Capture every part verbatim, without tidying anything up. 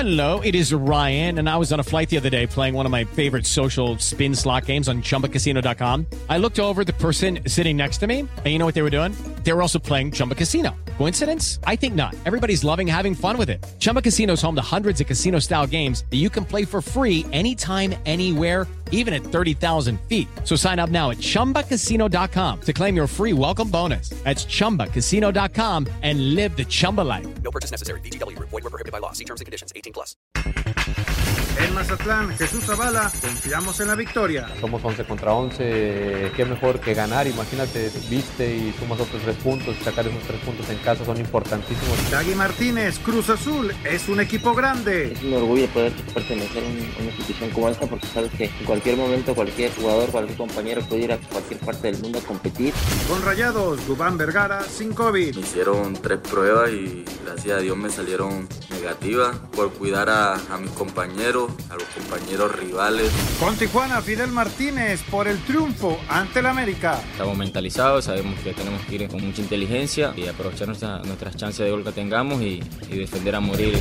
Hello, it is Ryan, and I was on a flight the other day playing one of my favorite social spin slot games on chumba casino dot com. I looked over at the person sitting next to me, and you know what they were doing? They were also playing Chumba Casino. Coincidence? I think not. Everybody's loving having fun with it. Chumba Casino is home to hundreds of casino-style games that you can play for free anytime, anywhere, even at thirty thousand feet. So sign up now at chumba casino dot com to claim your free welcome bonus. That's chumba casino dot com and live the Chumba life. No purchase necessary. V G W. Void where prohibited by law. See terms and conditions. eighteen plus. En Mazatlán, Jesús Zavala, confiamos en la victoria. Somos once contra once, qué mejor que ganar. Imagínate, viste y sumas otros tres puntos, sacar esos tres puntos en casa son importantísimos. Dagui Martínez, Cruz Azul, es un equipo grande. Es un orgullo poder pertenecer a una institución como esta, porque sabes que en cualquier momento cualquier jugador, cualquier compañero puede ir a cualquier parte del mundo a competir. Con Rayados, Dubán Vergara, sin COVID. Me hicieron tres pruebas y gracias a Dios me salieron negativas por cuidar a, a mis compañeros, a los compañeros rivales. Con Tijuana, Fidel Martínez, por el triunfo ante el América. Estamos mentalizados, sabemos que tenemos que ir con mucha inteligencia y aprovechar nuestra, nuestras chances de gol que tengamos y, y defender a morir.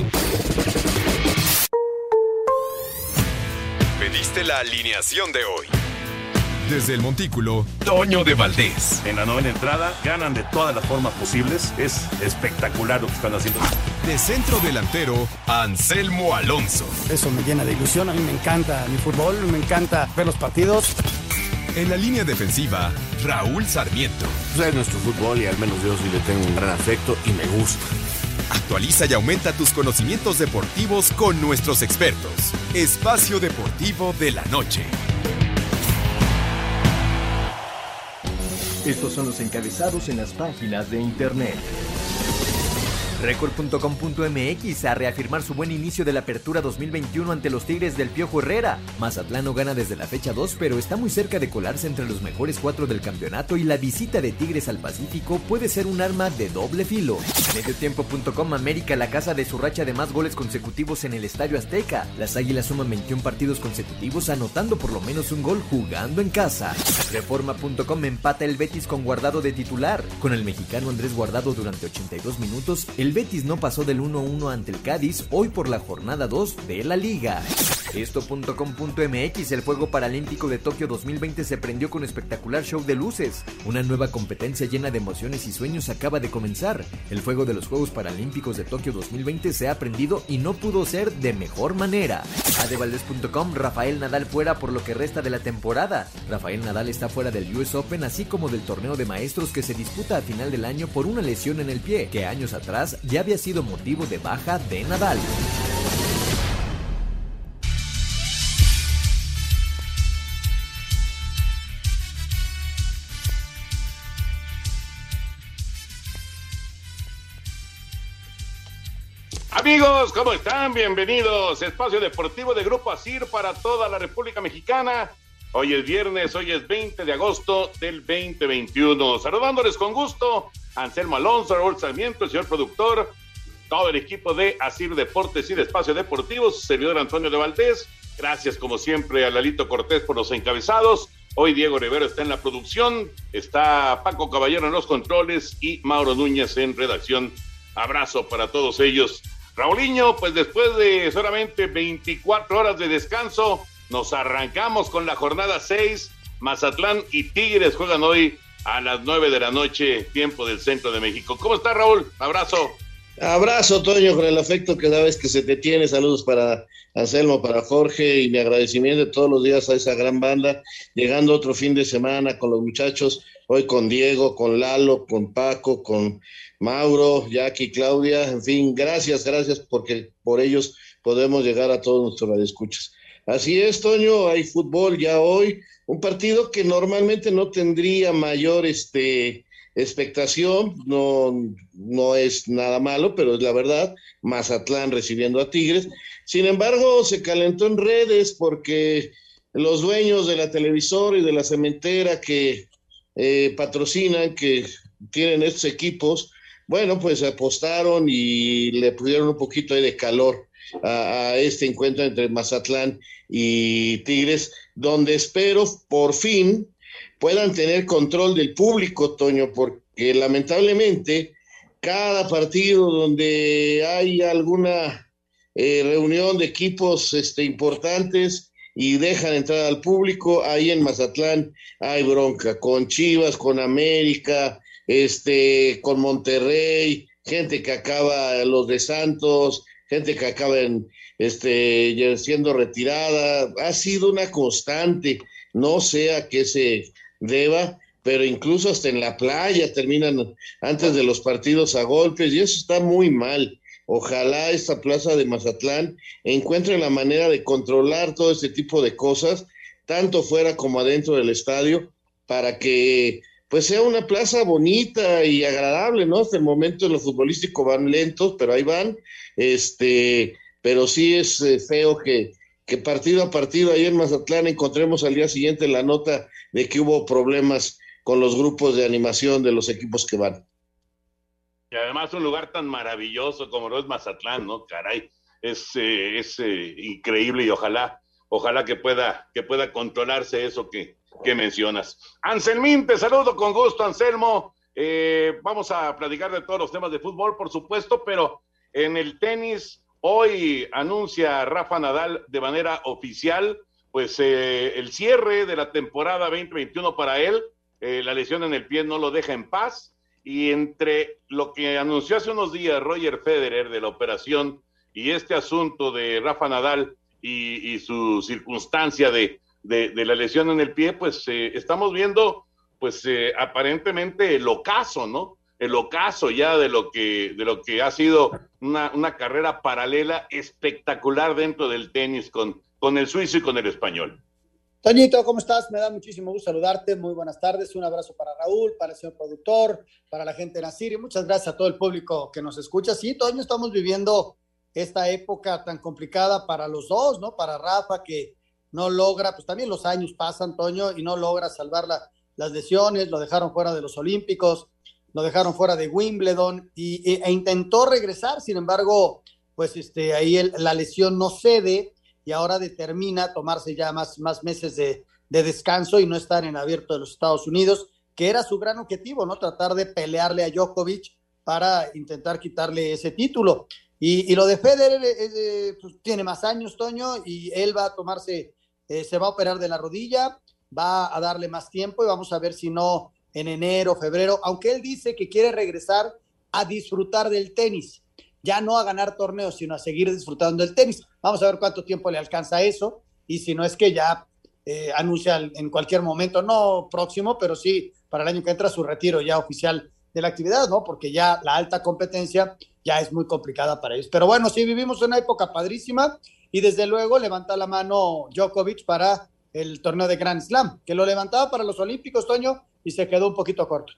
Pediste la alineación de hoy. Desde el Montículo, Toño de Valdés. En la novena entrada, ganan de todas las formas posibles. Es espectacular lo que están haciendo. De centro delantero, Anselmo Alonso. Eso me llena de ilusión. A mí me encanta mi fútbol, me encanta ver los partidos. En la línea defensiva, Raúl Sarmiento. Pues es nuestro fútbol y al menos yo sí le tengo un gran afecto y me gusta. Actualiza y aumenta tus conocimientos deportivos con nuestros expertos. Espacio Deportivo de la Noche. Estos son los encabezados en las páginas de internet. Record punto com punto m x a reafirmar su buen inicio de la apertura dos mil veintiuno ante los Tigres del Piojo Herrera. Mazatlán no gana desde la fecha dos, pero está muy cerca de colarse entre los mejores cuatro del campeonato y la visita de Tigres al Pacífico puede ser un arma de doble filo. Mediotiempo punto com América la casa de su racha de más goles consecutivos en el Estadio Azteca. Las Águilas suman veintiún partidos consecutivos anotando por lo menos un gol jugando en casa. Reforma punto com empata el Betis con Guardado de titular. Con el mexicano Andrés Guardado durante ochenta y dos minutos, el Betis no pasó del uno a uno ante el Cádiz hoy por la jornada dos de la Liga. Esto punto com punto m x El Juego Paralímpico de Tokio dos mil veinte se prendió con espectacular show de luces. Una nueva competencia llena de emociones y sueños acaba de comenzar. El fuego de los Juegos Paralímpicos de Tokio dos mil veinte se ha prendido y no pudo ser de mejor manera. Adevaldez punto com Rafael Nadal fuera por lo que resta de la temporada. Rafael Nadal está fuera del U S Open así como del torneo de maestros que se disputa a final del año por una lesión en el pie, que años atrás ya había sido motivo de baja de Nadal. Amigos, ¿cómo están? Bienvenidos. Espacio Deportivo de Grupo ASIR para toda la República Mexicana. Hoy es viernes, hoy es veinte de agosto del veinte veintiuno. Saludándoles con gusto, Anselmo Alonso, Raúl Sarmiento, el señor productor, todo el equipo de ASIR Deportes y de Espacio Deportivo, su servidor Antonio de Valdés. Gracias, como siempre, a Lalito Cortés por los encabezados. Hoy Diego Rivero está en la producción, está Paco Caballero en los controles y Mauro Núñez en redacción. Abrazo para todos ellos. Raulinho, pues después de solamente veinticuatro horas de descanso, nos arrancamos con la jornada seis. Mazatlán y Tigres juegan hoy a las nueve de la noche, tiempo del centro de México. ¿Cómo está, Raúl? Abrazo. Abrazo, Toño, con el afecto que sabes que se te tiene. Saludos para Anselmo, para Jorge y mi agradecimiento de todos los días a esa gran banda. Llegando otro fin de semana con los muchachos, hoy con Diego, con Lalo, con Paco, con Mauro, Jackie, Claudia, en fin, gracias, gracias porque por ellos podemos llegar a todos nuestros radioescuchas. Así es, Toño, hay fútbol ya hoy, un partido que normalmente no tendría mayor este, expectación, no, no es nada malo, pero es la verdad, Mazatlán recibiendo a Tigres. Sin embargo, se calentó en redes porque los dueños de la televisora y de la cementera que eh, patrocinan, que tienen estos equipos, bueno, pues apostaron y le pusieron un poquito ahí de calor a, a este encuentro entre Mazatlán y Tigres, donde espero por fin puedan tener control del público, Toño, porque lamentablemente cada partido donde hay alguna eh, reunión de equipos este, importantes y dejan entrar al público. Ahí en Mazatlán hay bronca con Chivas, con América, este, con Monterrey, gente que acaba, los de Santos, gente que acaba en, este, siendo retirada. Ha sido una constante, no sé a qué se deba, pero incluso hasta en la playa terminan antes de los partidos a golpes, y eso está muy mal. Ojalá esta plaza de Mazatlán encuentre la manera de controlar todo este tipo de cosas, tanto fuera como adentro del estadio, para que pues sea una plaza bonita y agradable, ¿no? Hasta el momento en lo futbolístico van lentos, pero ahí van, este, pero sí es eh, feo que, que partido a partido ahí en Mazatlán encontremos al día siguiente la nota de que hubo problemas con los grupos de animación de los equipos que van. Y además un lugar tan maravilloso como lo es Mazatlán, ¿no? Caray, es, eh, es eh, increíble, y ojalá, ojalá que pueda, que pueda controlarse eso que, que mencionas. Anselmín, te saludo con gusto, Anselmo. Eh, vamos a platicar de todos los temas de fútbol, por supuesto, pero en el tenis, hoy anuncia Rafa Nadal de manera oficial, pues eh, el cierre de la temporada veinte veintiuno para él. Eh, la lesión en el pie no lo deja en paz. Y entre lo que anunció hace unos días Roger Federer de la operación y este asunto de Rafa Nadal y, y su circunstancia de, de, de la lesión en el pie, pues eh, estamos viendo pues eh, aparentemente el ocaso, ¿no? El ocaso ya de lo que, de lo que ha sido una, una carrera paralela espectacular dentro del tenis con, con el suizo y con el español. Toñito, ¿cómo estás? Me da muchísimo gusto saludarte, muy buenas tardes, un abrazo para Raúl, para el señor productor, para la gente de Nasir, y muchas gracias a todo el público que nos escucha. Sí, Toño, estamos viviendo esta época tan complicada para los dos, ¿no? Para Rafa, que no logra, pues también los años pasan, Toño, y no logra salvar la, las lesiones, lo dejaron fuera de los Olímpicos, lo dejaron fuera de Wimbledon, y, e, e intentó regresar, sin embargo, pues este, ahí el, la lesión no cede, y ahora determina tomarse ya más, más meses de, de descanso y no estar en abierto de los Estados Unidos, que era su gran objetivo, ¿no? Tratar de pelearle a Djokovic para intentar quitarle ese título. Y, y lo de Federer eh, pues, tiene más años, Toño, y él va a tomarse, eh, se va a operar de la rodilla, va a darle más tiempo y vamos a ver si no en enero, febrero, aunque él dice que quiere regresar a disfrutar del tenis, ya no a ganar torneos, sino a seguir disfrutando del tenis. Vamos a ver cuánto tiempo le alcanza eso, y si no es que ya eh, anuncia en cualquier momento, no próximo, pero sí para el año que entra, su retiro ya oficial de la actividad, ¿no? Porque ya la alta competencia ya es muy complicada para ellos. Pero bueno, sí vivimos una época padrísima, y desde luego levanta la mano Djokovic para el torneo de Grand Slam, que lo levantaba para los Olímpicos, Toño, y se quedó un poquito corto.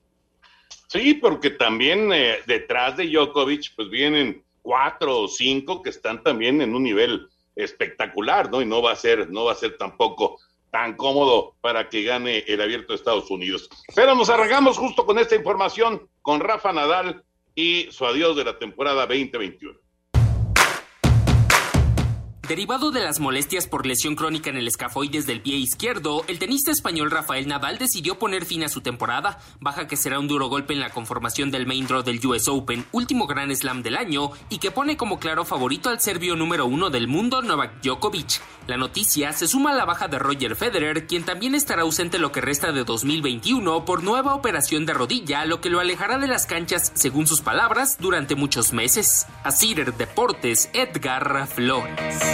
Sí, porque también eh, detrás de Djokovic pues vienen cuatro o cinco que están también en un nivel espectacular, ¿no? Y no va a ser, no va a ser tampoco tan cómodo para que gane el Abierto de Estados Unidos. Pero nos arrancamos justo con esta información, con Rafa Nadal y su adiós de la temporada veinte veintiuno. Derivado de las molestias por lesión crónica en el escafoides del pie izquierdo, el tenista español Rafael Nadal decidió poner fin a su temporada, baja que será un duro golpe en la conformación del main draw del U S Open, último Grand Slam del año, y que pone como claro favorito al serbio número uno del mundo, Novak Djokovic. La noticia se suma a la baja de Roger Federer, quien también estará ausente lo que resta de dos mil veintiuno por nueva operación de rodilla, lo que lo alejará de las canchas, según sus palabras, durante muchos meses. Asir Deportes, Edgar Flores.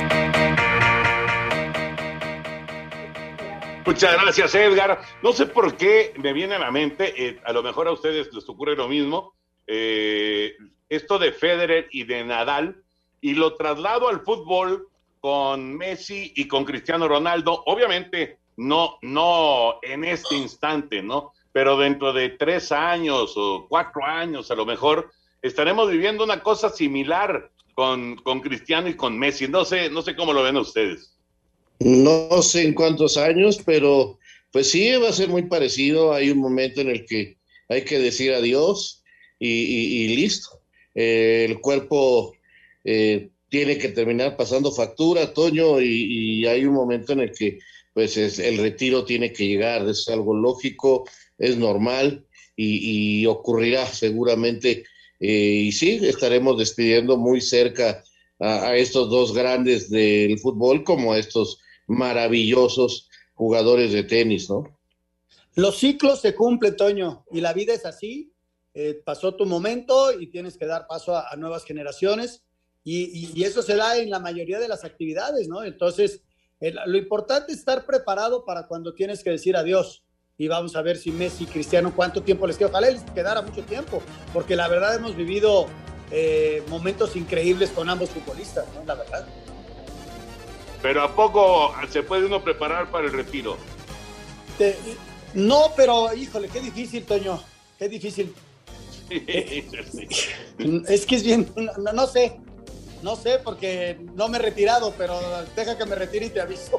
Muchas gracias, Edgar. No sé por qué me viene a la mente, eh, a lo mejor a ustedes les ocurre lo mismo, eh, esto de Federer y de Nadal, y lo traslado al fútbol con Messi y con Cristiano Ronaldo. Obviamente no, no en este instante, ¿no? Pero dentro de tres años o cuatro años a lo mejor estaremos viviendo una cosa similar con, con Cristiano y con Messi. No sé, no sé cómo lo ven ustedes. No sé en cuántos años, pero pues sí, va a ser muy parecido. Hay un momento en el que hay que decir adiós y, y, y listo. Eh, el cuerpo eh, tiene que terminar pasando factura, Toño, y, y hay un momento en el que pues es, el retiro tiene que llegar. Es algo lógico, es normal y, y ocurrirá seguramente. Eh, y sí, estaremos despidiendo muy cerca a, a estos dos grandes del fútbol como a estos maravillosos jugadores de tenis, ¿no? Los ciclos se cumplen, Toño, y la vida es así. Eh, pasó tu momento y tienes que dar paso a, a nuevas generaciones, y, y, y eso se da en la mayoría de las actividades, ¿no? Entonces, el, lo importante es estar preparado para cuando tienes que decir adiós. Y vamos a ver si Messi y Cristiano, cuánto tiempo les queda. Ojalá les quedara mucho tiempo, porque la verdad hemos vivido eh, momentos increíbles con ambos futbolistas, ¿no? La verdad. Pero ¿a poco se puede uno preparar para el retiro? Te, no, pero híjole, qué difícil, Toño, qué difícil. Eh, es que es bien, no, no sé, no sé, porque no me he retirado, pero deja que me retire y te aviso.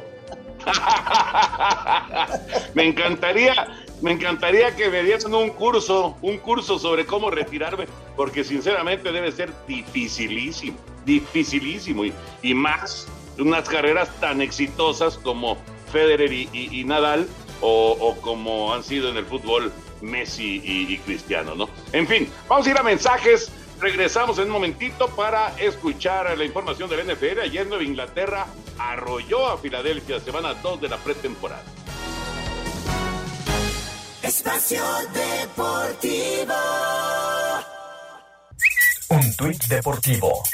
me encantaría, me encantaría que me dieran un curso, un curso sobre cómo retirarme, porque sinceramente debe ser dificilísimo, dificilísimo, y, y más unas carreras tan exitosas como Federer y, y, y Nadal, o, o como han sido en el fútbol Messi y, y Cristiano, ¿no? En fin, vamos a ir a mensajes. Regresamos en un momentito para escuchar la información del N F L. Ayer Nueva Inglaterra arrolló a Filadelfia, se van a dos de la pretemporada. Espacio Deportivo. Un tuit deportivo.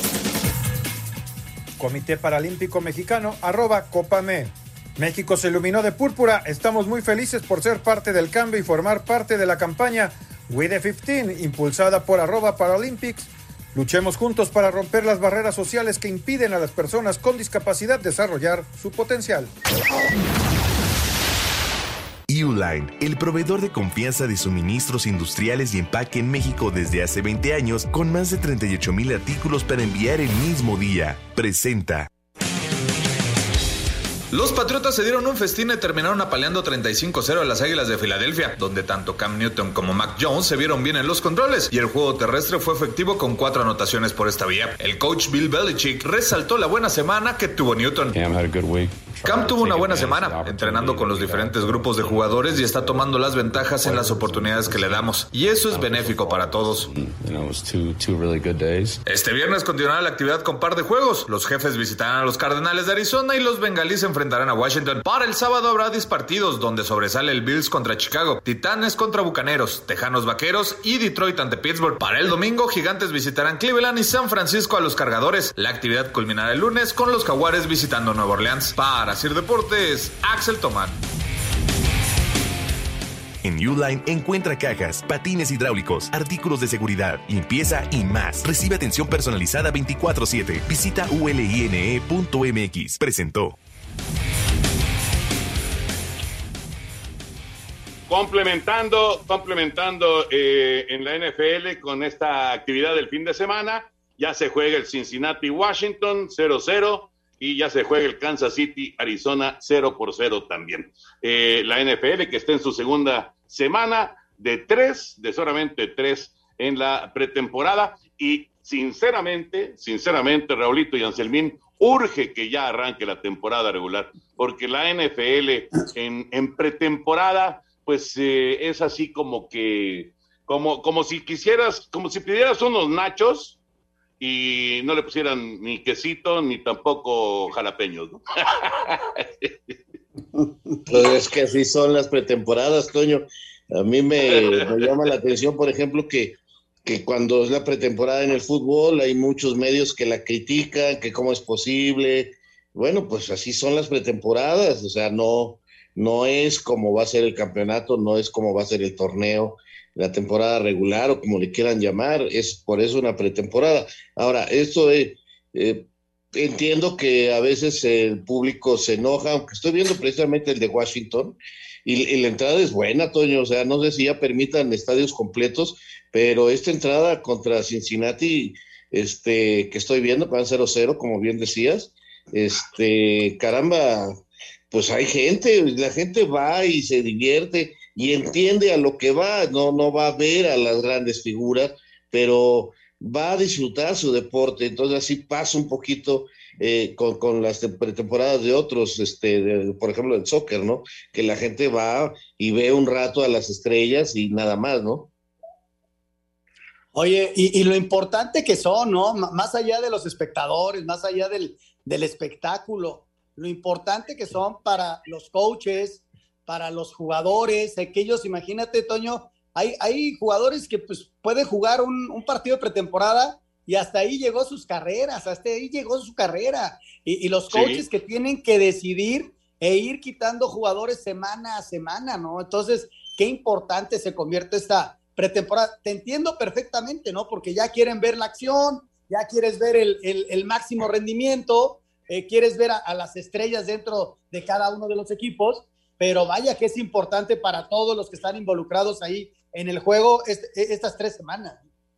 Comité Paralímpico Mexicano, arroba Copame. México se iluminó de púrpura. Estamos muy felices por ser parte del cambio y formar parte de la campaña We the quince, impulsada por arroba Paralympics. Luchemos juntos para romper las barreras sociales que impiden a las personas con discapacidad desarrollar su potencial. Uline, el proveedor de confianza de suministros industriales y empaque en México desde hace veinte años, con más de treinta y ocho mil artículos para enviar el mismo día, presenta. Los Patriotas se dieron un festín y terminaron apaleando treinta y cinco cero a las Águilas de Filadelfia, donde tanto Cam Newton como Mac Jones se vieron bien en los controles y el juego terrestre fue efectivo con cuatro anotaciones por esta vía. El coach Bill Belichick resaltó la buena semana que tuvo Newton. Cam had a good week. Cam tuvo una buena semana, entrenando con los diferentes grupos de jugadores y está tomando las ventajas en las oportunidades que le damos. Y eso es benéfico para todos. Este viernes continuará la actividad con par de juegos. Los Jefes visitarán a los Cardenales de Arizona y los Bengalíes se enfrentarán a Washington. Para el sábado habrá diez partidos, donde sobresale el Bills contra Chicago, Titanes contra Bucaneros, Tejanos Vaqueros y Detroit ante Pittsburgh. Para el domingo, Gigantes visitarán Cleveland y San Francisco a los Cargadores. La actividad culminará el lunes con los Jaguares visitando Nueva Orleans. Para Sir Deportes, Axel Tomán. En Uline encuentra cajas, patines hidráulicos, artículos de seguridad, limpieza y más. Recibe atención personalizada veinticuatro siete. Visita U L I N E punto M X. Presentó. Complementando, complementando eh, en la N F L con esta actividad del fin de semana, ya se juega el Cincinnati-Washington cero cero y ya se juega el Kansas City-Arizona cero por cero también. Eh, la N F L que está en su segunda semana de tres, de solamente tres en la pretemporada, y sinceramente, sinceramente, Raulito y Anselmín, urge que ya arranque la temporada regular, porque la N F L en, en pretemporada pues eh, es así como que, como, como si quisieras, como si pidieras unos nachos y no le pusieran ni quesito ni tampoco jalapeños, ¿no? Pues es que así son las pretemporadas, Toño. A mí me, me llama la atención, por ejemplo, que, que cuando es la pretemporada en el fútbol hay muchos medios que la critican, que cómo es posible. Bueno, pues así son las pretemporadas, o sea, no... No es como va a ser el campeonato, no es como va a ser el torneo, la temporada regular o como le quieran llamar, es por eso una pretemporada. Ahora, esto es, eh, entiendo que a veces el público se enoja, aunque estoy viendo precisamente el de Washington, y, y la entrada es buena, Toño, o sea, no sé si ya permitan estadios completos, pero esta entrada contra Cincinnati, este, que estoy viendo, que van cero cero, como bien decías, este, caramba... pues hay gente, la gente va y se divierte y entiende a lo que va, no, no va a ver a las grandes figuras, pero va a disfrutar su deporte, entonces así pasa un poquito eh, con, con las pretemporadas de otros, este, de, por ejemplo el soccer, ¿no? Que la gente va y ve un rato a las estrellas y nada más, ¿no? Oye, y, y lo importante que son, ¿no? M- más allá de los espectadores, más allá del, del espectáculo, lo importante que son para los coaches, para los jugadores, aquellos, imagínate, Toño, hay, hay jugadores que pues pueden jugar un, un partido de pretemporada y hasta ahí llegó sus carreras, hasta ahí llegó su carrera, y, y los coaches Sí. que tienen que decidir e ir quitando jugadores semana a semana, ¿no? Entonces, qué importante se convierte esta pretemporada. Te entiendo perfectamente, ¿no? Porque ya quieren ver la acción, ya quieres ver el, el, el máximo rendimiento, eh, quieres ver a, a las estrellas dentro de cada uno de los equipos, pero vaya que es importante para todos los que están involucrados ahí en el juego este, estas tres semanas.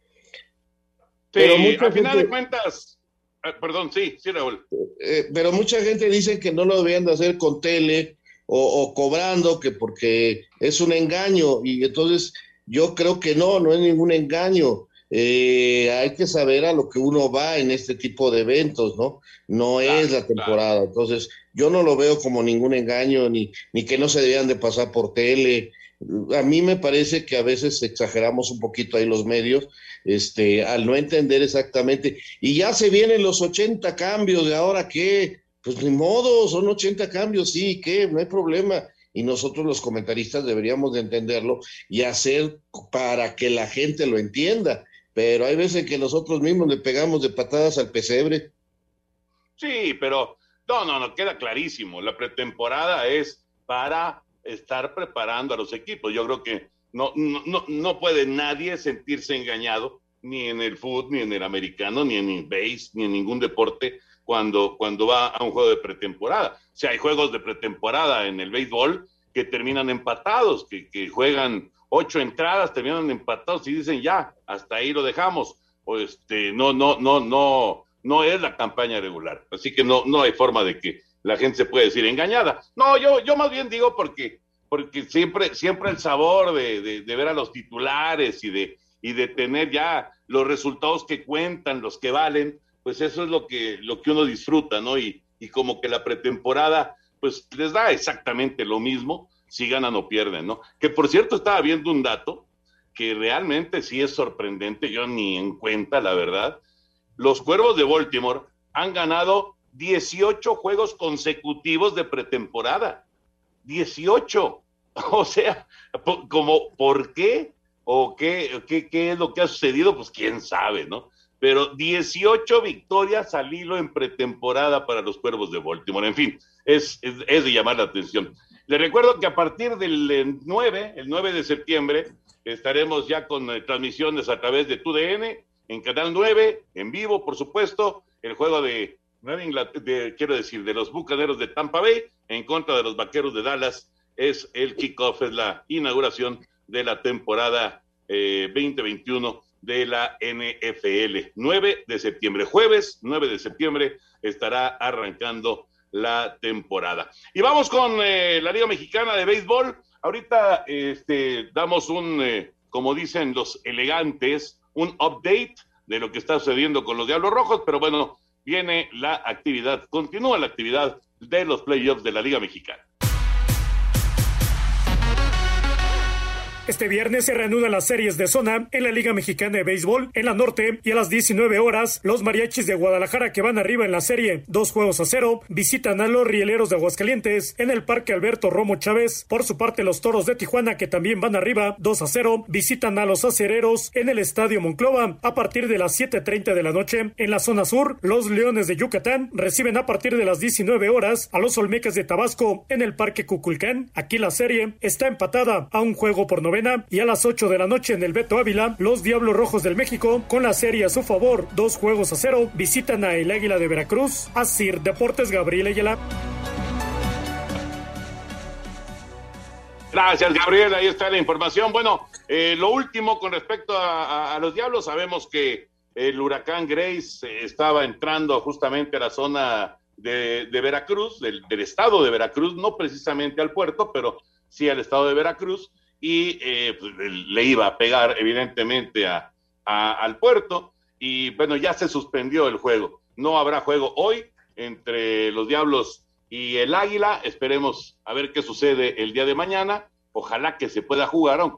Sí, Pero mucha al final gente- de cuentas, eh, perdón, sí, sí, Raúl. Eh, pero mucha gente dice que no lo deberían de hacer con tele o, o cobrando, que porque es un engaño, y entonces yo creo que no, no es ningún engaño. Eh, hay que saber a lo que uno va en este tipo de eventos, ¿no? No es la temporada. Entonces, yo no lo veo como ningún engaño, ni, ni que no se debían de pasar por tele. A mí me parece que a veces exageramos un poquito ahí los medios, este, al no entender exactamente. Y ya se vienen los ochenta cambios, ¿de ahora qué? Pues ni modo, son ochenta cambios, sí, ¿qué? No hay problema. Y nosotros los comentaristas deberíamos de entenderlo y hacer para que la gente lo entienda. Pero hay veces que nosotros mismos le pegamos de patadas al pesebre. Sí, pero no, no, no, queda clarísimo. La pretemporada es para estar preparando a los equipos. Yo creo que no, no, no, no puede nadie sentirse engañado, ni en el fútbol, ni en el americano, ni en el base, ni en ningún deporte, cuando, cuando va a un juego de pretemporada. O sea, hay juegos de pretemporada en el béisbol que terminan empatados, que, que juegan ocho entradas, terminan empatados y dicen ya, hasta ahí lo dejamos. O este, no, no, no, no, no es la campaña regular. Así que no, no hay forma de que la gente se puede decir engañada. No, yo, yo más bien digo porque, porque siempre, siempre el sabor de, de, de ver a los titulares y de, y de tener ya los resultados que cuentan, los que valen, pues eso es lo que, lo que uno disfruta, ¿no? Y, y como que la pretemporada, pues les da exactamente lo mismo si ganan o pierden, ¿no? Que por cierto estaba viendo un dato que realmente sí es sorprendente, yo ni en cuenta, la verdad. Los Cuervos de Baltimore han ganado dieciocho juegos consecutivos de pretemporada. dieciocho. O sea, como, ¿por qué? ¿O qué, qué, qué es lo que ha sucedido? Pues quién sabe, ¿no? Pero dieciocho victorias al hilo en pretemporada para los Cuervos de Baltimore. En fin, es, es, es de llamar la atención. Les recuerdo que a partir del nueve, el nueve de septiembre, estaremos ya con eh, transmisiones a través de T U D N, en Canal nueve, en vivo, por supuesto, el juego de, de, quiero decir, de los Bucaneros de Tampa Bay en contra de los Vaqueros de Dallas. Es el kickoff, es la inauguración de la temporada eh, veinte veintiuno de la N F L. nueve de septiembre, jueves nueve de septiembre, estará arrancando la temporada. Y vamos con eh, la Liga Mexicana de Béisbol. Ahorita este, damos un, eh, como dicen los elegantes, un update de lo que está sucediendo con los Diablos Rojos, pero bueno, viene la actividad, continúa la actividad de los playoffs de la Liga Mexicana. Este viernes se reanudan las series de zona en la Liga Mexicana de Béisbol en la norte, y a las diecinueve horas los Mariachis de Guadalajara, que van arriba en la serie dos juegos a cero, visitan a los Rieleros de Aguascalientes en el Parque Alberto Romo Chávez. Por su parte, los Toros de Tijuana, que también van arriba dos a cero, visitan a los Acereros en el Estadio Monclova a partir de las siete treinta de la noche. En la zona sur, los Leones de Yucatán reciben a partir de las diecinueve horas a los Olmecas de Tabasco en el Parque Cuculcán. Aquí la serie está empatada a un juego por novena, y a las ocho de la noche en el Beto Ávila, los Diablos Rojos del México, con la serie a su favor, dos juegos a cero, visitan a el Águila de Veracruz. Asir Deportes, Gabriel Ayala. Gracias, Gabriel, ahí está la información. Bueno, eh, lo último con respecto a, a, a los Diablos, sabemos que el huracán Grace eh, estaba entrando justamente a la zona de, de Veracruz, del, del estado de Veracruz, no precisamente al puerto, pero sí al estado de Veracruz, y eh, pues, le iba a pegar evidentemente a, a, al puerto, y bueno, ya se suspendió el juego. No habrá juego hoy entre los Diablos y el Águila. Esperemos a ver qué sucede el día de mañana. Ojalá que se pueda jugar, aunque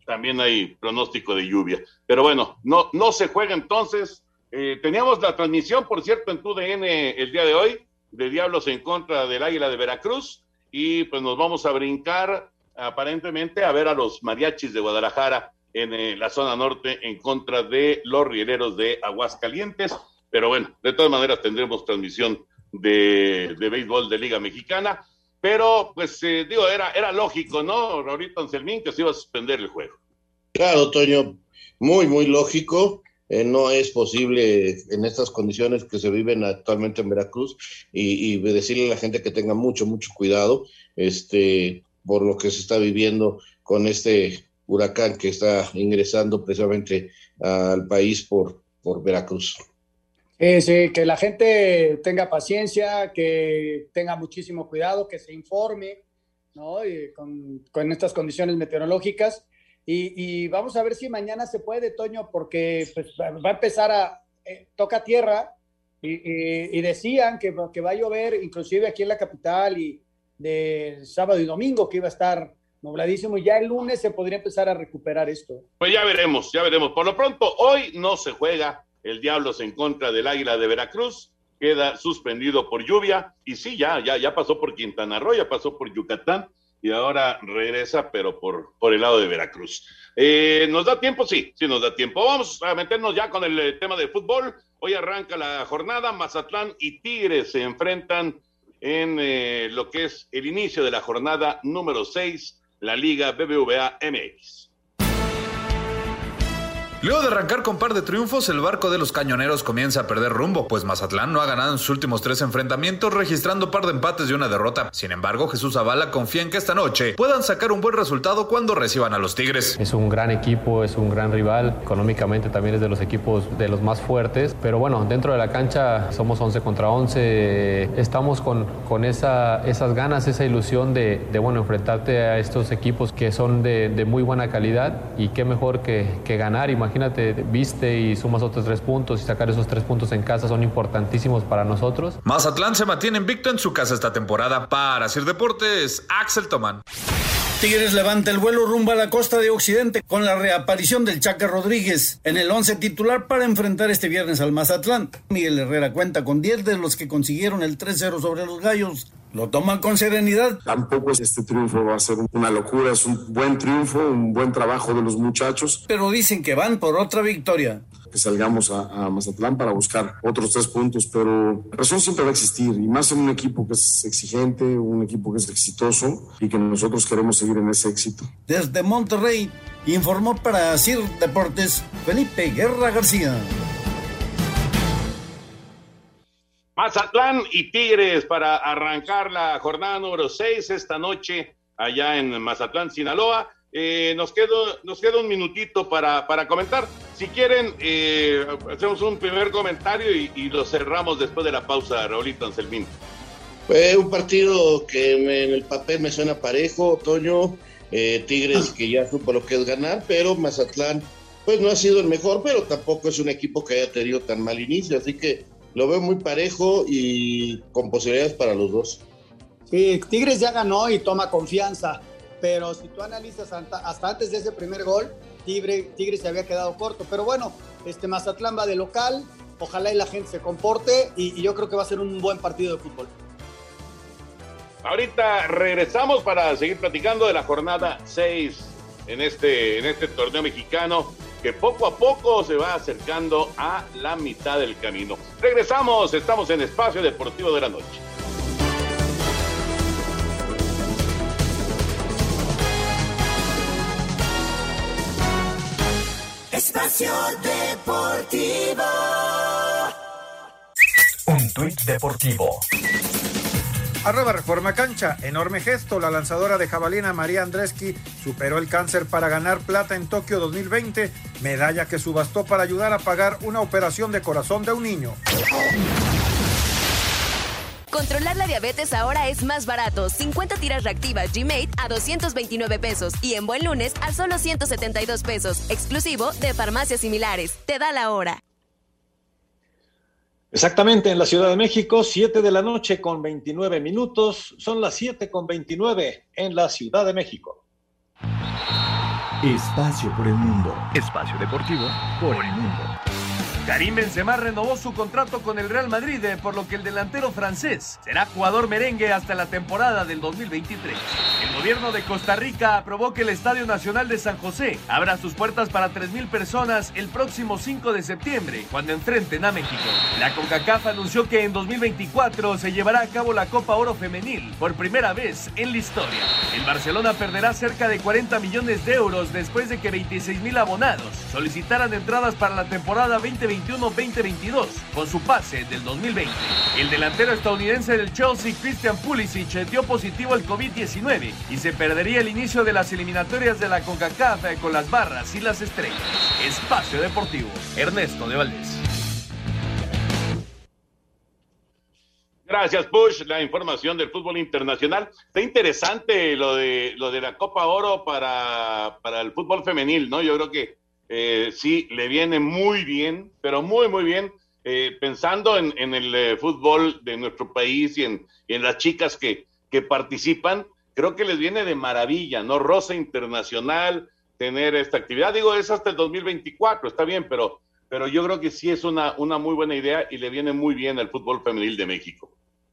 también hay pronóstico de lluvia. Pero bueno, no, no se juega entonces. Eh, teníamos la transmisión, por cierto, en tu D N el día de hoy, de Diablos en contra del Águila de Veracruz, y pues nos vamos a brincar aparentemente a ver a los Mariachis de Guadalajara en eh, la zona norte en contra de los Rieleros de Aguascalientes. Pero bueno, de todas maneras tendremos transmisión de, de béisbol de Liga Mexicana. Pero, pues, eh, digo, era, era lógico, ¿no, Raulito Anselmín, que se iba a suspender el juego? Claro, Toño, muy, muy lógico. Eh, no es posible en estas condiciones que se viven actualmente en Veracruz y, y decirle a la gente que tenga mucho, mucho cuidado este, por lo que se está viviendo con este huracán que está ingresando precisamente al país por, por Veracruz. Eh, sí, que la gente tenga paciencia, que tenga muchísimo cuidado, que se informe, ¿no? Y con, con estas condiciones meteorológicas. Y, y vamos a ver si mañana se puede, Toño, porque pues, va a empezar a... Eh, toca tierra y, y, y decían que, que va a llover, inclusive aquí en la capital, y de sábado y domingo que iba a estar nubladísimo, y ya el lunes se podría empezar a recuperar esto. Pues ya veremos, ya veremos. Por lo pronto, hoy no se juega el Diablos en contra del Águila de Veracruz, queda suspendido por lluvia, y sí, ya, ya, ya pasó por Quintana Roo, ya pasó por Yucatán, y ahora regresa, pero por, por el lado de Veracruz. Eh, ¿Nos da tiempo? Sí, sí nos da tiempo. Vamos a meternos ya con el eh, tema de fútbol. Hoy arranca la jornada, Mazatlán y Tigres se enfrentan en eh, lo que es el inicio de la jornada número seis, la Liga B B V A M X. Luego de arrancar con par de triunfos, el barco de los cañoneros comienza a perder rumbo, pues Mazatlán no ha ganado en sus últimos tres enfrentamientos, registrando par de empates y una derrota. Sin embargo, Jesús Zavala confía en que esta noche puedan sacar un buen resultado cuando reciban a los Tigres. Es un gran equipo, es un gran rival, económicamente también es de los equipos de los más fuertes, pero bueno, dentro de la cancha somos once contra once, estamos con, con esa, esas ganas, esa ilusión de, de bueno, enfrentarte a estos equipos que son de, de muy buena calidad, y qué mejor que, que ganar. Imagínate Imagínate, viste y sumas otros tres puntos, y sacar esos tres puntos en casa son importantísimos para nosotros. Mazatlán se mantiene invicto en su casa esta temporada. Para Sir Deportes, Axel Tomán. Tigres levanta el vuelo rumbo a la costa de Occidente con la reaparición del Chaca Rodríguez en el once titular para enfrentar este viernes al Mazatlán. Miguel Herrera cuenta con diez de los que consiguieron el tres cero sobre los Gallos. Lo toman con serenidad. Tampoco este triunfo va a ser una locura, es un buen triunfo, un buen trabajo de los muchachos. Pero dicen que van por otra victoria. Que salgamos a, a Mazatlán para buscar otros tres puntos, pero la presión siempre va a existir, y más en un equipo que es exigente, un equipo que es exitoso y que nosotros queremos seguir en ese éxito. Desde Monterrey, informó para Sir Deportes Felipe Guerra García. Mazatlán y Tigres para arrancar la jornada número seis esta noche allá en Mazatlán, Sinaloa. Eh, nos, quedo, nos queda un minutito para, para comentar. Si quieren, eh, hacemos un primer comentario y, y lo cerramos después de la pausa, Raulito Anselmín. Fue un partido que me, en el papel me suena parejo, Toño. Eh, Tigres que ya supo lo que es ganar, pero Mazatlán pues no ha sido el mejor, pero tampoco es un equipo que haya tenido tan mal inicio, así que lo veo muy parejo y con posibilidades para los dos. Sí, Tigres ya ganó y toma confianza, pero si tú analizas hasta antes de ese primer gol, Tigre, Tigres se había quedado corto. Pero bueno, este Mazatlán va de local, ojalá y la gente se comporte, y, y yo creo que va a ser un buen partido de fútbol. Ahorita regresamos para seguir platicando de la jornada seis en este, en este torneo mexicano, que poco a poco se va acercando a la mitad del camino. Regresamos, estamos en Espacio Deportivo de la Noche. Espacio Deportivo. Un tuit deportivo. Arroba Reforma Cancha, enorme gesto, la lanzadora de jabalina María Andreski superó el cáncer para ganar plata en Tokio dos mil veinte, medalla que subastó para ayudar a pagar una operación de corazón de un niño. Controlar la diabetes ahora es más barato. cincuenta tiras reactivas G-Mate a doscientos veintinueve pesos y en Buen Lunes a solo ciento setenta y dos pesos, exclusivo de farmacias similares. Te da la hora. Exactamente, en la Ciudad de México, siete de la noche con veintinueve minutos. Son las siete con veintinueve en la Ciudad de México. Espacio por el mundo. Espacio deportivo por el mundo. Karim Benzema renovó su contrato con el Real Madrid, por lo que el delantero francés será jugador merengue hasta la temporada del dos mil veintitrés. El gobierno de Costa Rica aprobó que el Estadio Nacional de San José abra sus puertas para tres mil personas el próximo cinco de septiembre, cuando enfrenten a México. La CONCACAF anunció que en dos mil veinticuatro se llevará a cabo la Copa Oro Femenil por primera vez en la historia. El Barcelona perderá cerca de cuarenta millones de euros después de que veintiséis mil abonados solicitaran entradas para la temporada veinte veintiuno veinte veintidós con su pase del dos mil veinte. El delantero estadounidense del Chelsea, Christian Pulisic, dio positivo al COVID diecinueve y se perdería el inicio de las eliminatorias de la CONCACAF con las barras y las estrellas. Espacio Deportivo, Ernesto de Valdés. Gracias, Push. La información del fútbol internacional. Está interesante lo de lo de la Copa Oro para, para el fútbol femenil, ¿no? Yo creo que eh, sí, le viene muy bien, pero muy, muy bien, eh, pensando en, en el eh, fútbol de nuestro país y en, y en las chicas que, que participan. Creo que les viene de maravilla, ¿no? Rosa Internacional, tener esta actividad. Digo, es hasta el dos mil veinticuatro, está bien, pero, pero yo creo que sí es una, una muy buena idea y le viene muy bien al fútbol femenil de México.